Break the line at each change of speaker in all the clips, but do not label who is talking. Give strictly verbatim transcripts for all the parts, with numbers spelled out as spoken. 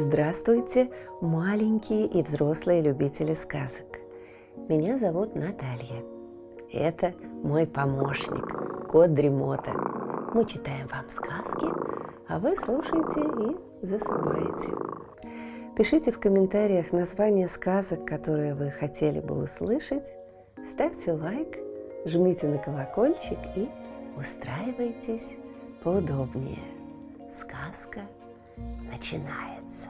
Здравствуйте, маленькие и взрослые любители сказок. Меня зовут Наталья. Это мой помощник, кот Дремота. Мы читаем вам сказки, а вы слушаете и засыпаете. Пишите в комментариях названия сказок, которые вы хотели бы услышать. Ставьте лайк, жмите на колокольчик и устраивайтесь поудобнее. Сказка начинается.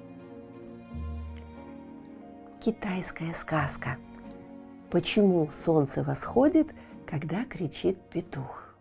Китайская сказка. Почему солнце восходит, когда кричит петух?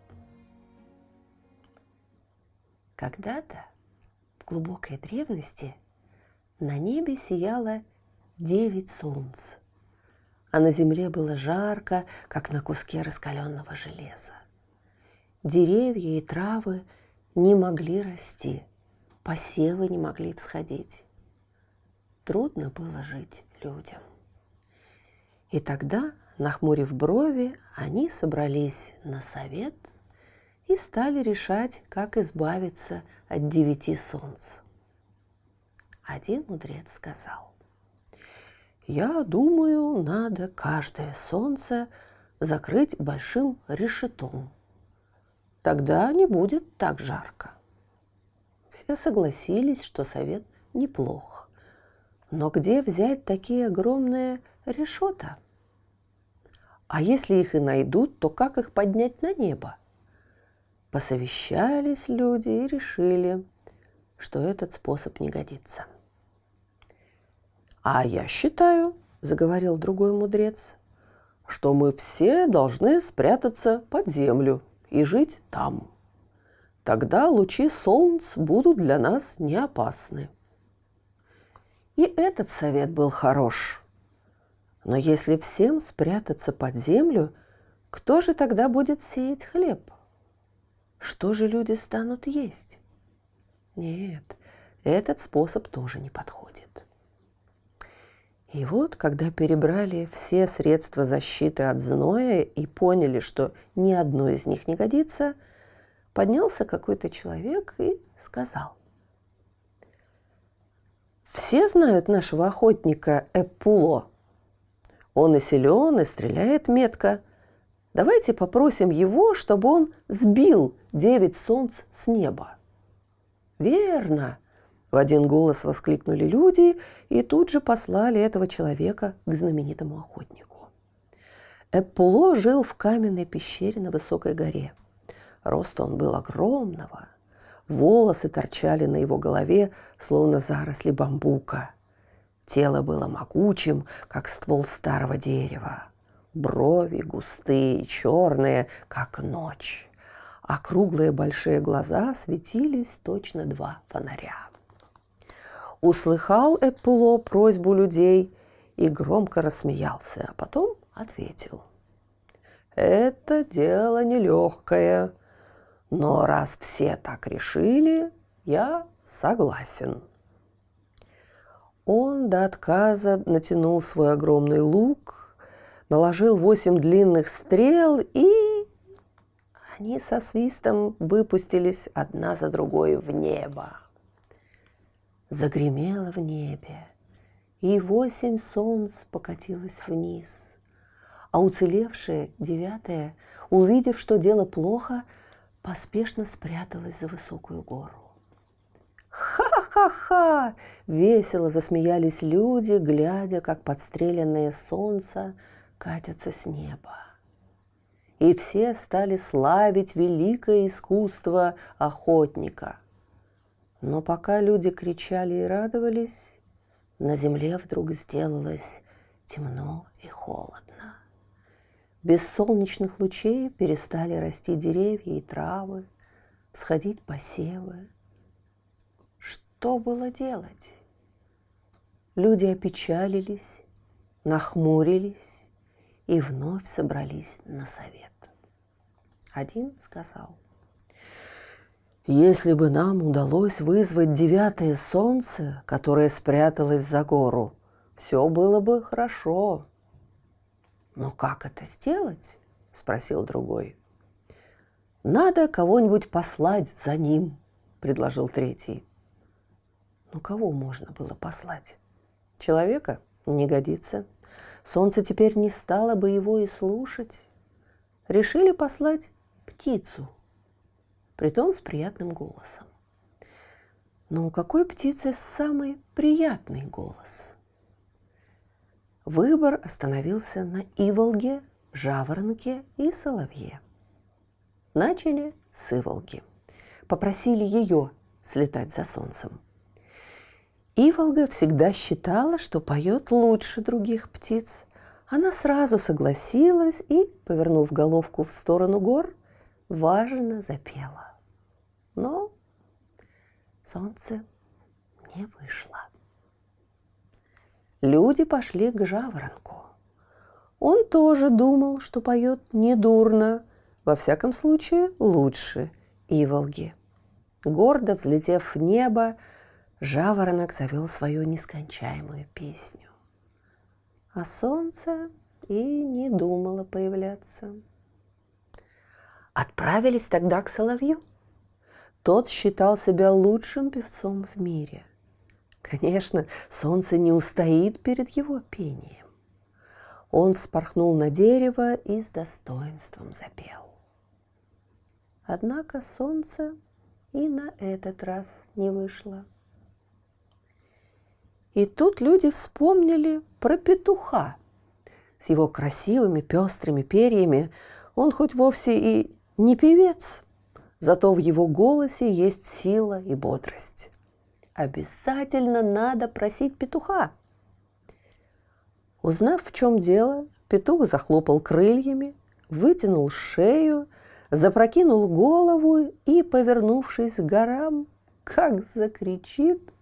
Когда-то, в глубокой древности, на небе сияло девять солнц, а на земле было жарко, как на куске раскаленного железа. Деревья и травы не могли расти, посевы не могли всходить. Трудно было жить людям. И тогда, нахмурив брови, они собрались на совет и стали решать, как избавиться от девяти солнц. Один мудрец сказал: «Я думаю, надо каждое солнце закрыть большим решетом. Тогда не будет так жарко». Все согласились, что совет неплох. Но где взять такие огромные решета? А если их и найдут, то как их поднять на небо? Посовещались люди и решили, что этот способ не годится. «А я считаю, — заговорил другой мудрец, — что мы все должны спрятаться под землю и жить там. Тогда лучи солнц будут для нас не опасны». И этот совет был хорош. Но если всем спрятаться под землю, кто же тогда будет сеять хлеб? Что же люди станут есть? Нет, этот способ тоже не подходит. И вот, когда перебрали все средства защиты от зноя и поняли, что ни одно из них не годится, поднялся какой-то человек и сказал: «Все знают нашего охотника Эппуло. Он и силен, и стреляет метко. Давайте попросим его, чтобы он сбил девять солнц с неба». «Верно!» — в один голос воскликнули люди и тут же послали этого человека к знаменитому охотнику. Эппуло жил в каменной пещере на высокой горе. Рост он был огромного. Волосы торчали на его голове, словно заросли бамбука. Тело было могучим, как ствол старого дерева. Брови густые, черные, как ночь. А круглые большие глаза светились точно два фонаря. Услыхал Эппуло просьбу людей и громко рассмеялся, а потом ответил: «Это дело нелегкое, но раз все так решили, я согласен». Он до отказа натянул свой огромный лук, наложил восемь длинных стрел, и они со свистом выпустились одна за другой в небо. Загремело в небе, и восемь солнц покатилось вниз, а уцелевшее девятое, увидев, что дело плохо, поспешно спряталась за высокую гору. «Ха-ха-ха!» — весело засмеялись люди, глядя, как подстреленные солнца катятся с неба. И все стали славить великое искусство охотника. Но пока люди кричали и радовались, на земле вдруг сделалось темно и холодно. Без солнечных лучей перестали расти деревья и травы, всходить посевы. Что было делать? Люди опечалились, нахмурились и вновь собрались на совет. Один сказал: «Если бы нам удалось вызвать девятое солнце, которое спряталось за гору, все было бы хорошо». «Но как это сделать?» – спросил другой. «Надо кого-нибудь послать за ним», – предложил третий. Ну, кого можно было послать? Человека? Не годится. Солнце теперь не стало бы его и слушать. Решили послать птицу, притом с приятным голосом. Но у какой птицы самый приятный голос? Выбор остановился на иволге, жаворонке и соловье. Начали с иволги. Попросили ее слетать за солнцем. Иволга всегда считала, что поет лучше других птиц. Она сразу согласилась и, повернув головку в сторону гор, важно запела. Но солнце не вышло. Люди пошли к жаворонку. Он тоже думал, что поет недурно, во всяком случае лучше иволги. Гордо взлетев в небо, жаворонок завел свою нескончаемую песню. А солнце и не думало появляться. Отправились тогда к соловью. Тот считал себя лучшим певцом в мире. Конечно, солнце не устоит перед его пением. Он вспорхнул на дерево и с достоинством запел. Однако солнце и на этот раз не вышло. И тут люди вспомнили про петуха. С его красивыми пестрыми перьями он хоть вовсе и не певец, зато в его голосе есть сила и бодрость. Обязательно надо просить петуха. Узнав, в чем дело, петух захлопал крыльями, вытянул шею, запрокинул голову и, повернувшись к горам, как закричит.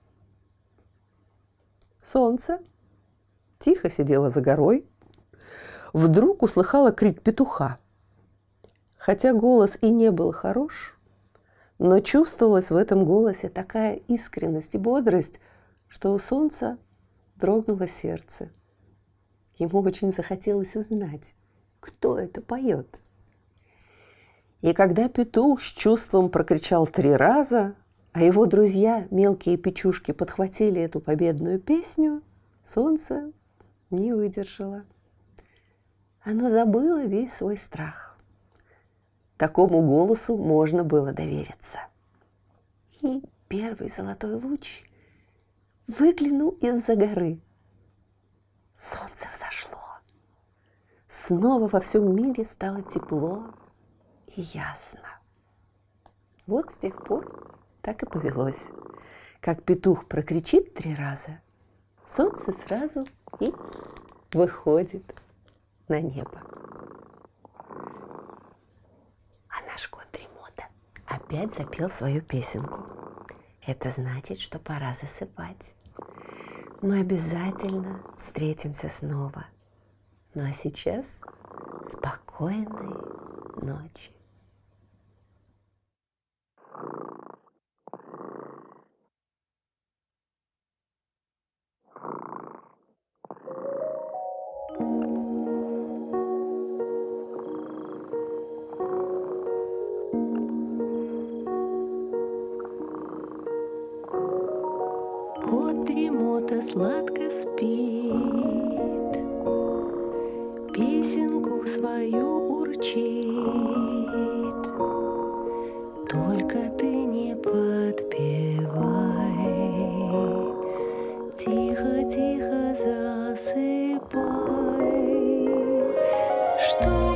Солнце тихо сидело за горой, вдруг услыхала крик петуха. Хотя голос и не был хорош, но чувствовалась в этом голосе такая искренность и бодрость, что у солнца дрогнуло сердце. Ему очень захотелось узнать, кто это поет. И когда петух с чувством прокричал три раза, а его друзья, мелкие печушки, подхватили эту победную песню, солнце не выдержало. Оно забыло весь свой страх. Такому голосу можно было довериться. И первый золотой луч выглянул из-за горы. Солнце взошло. Снова во всем мире стало тепло и ясно. Вот с тех пор так и повелось. Как петух прокричит три раза, солнце сразу и выходит на небо. А наш кот Дремота опять запел свою песенку. Это значит, что пора засыпать. Мы обязательно встретимся снова. Ну а сейчас спокойной ночи. Кот Дремота сладко спит, песенку свою урчит. Только ты не подпевай, тихо-тихо засыпай, что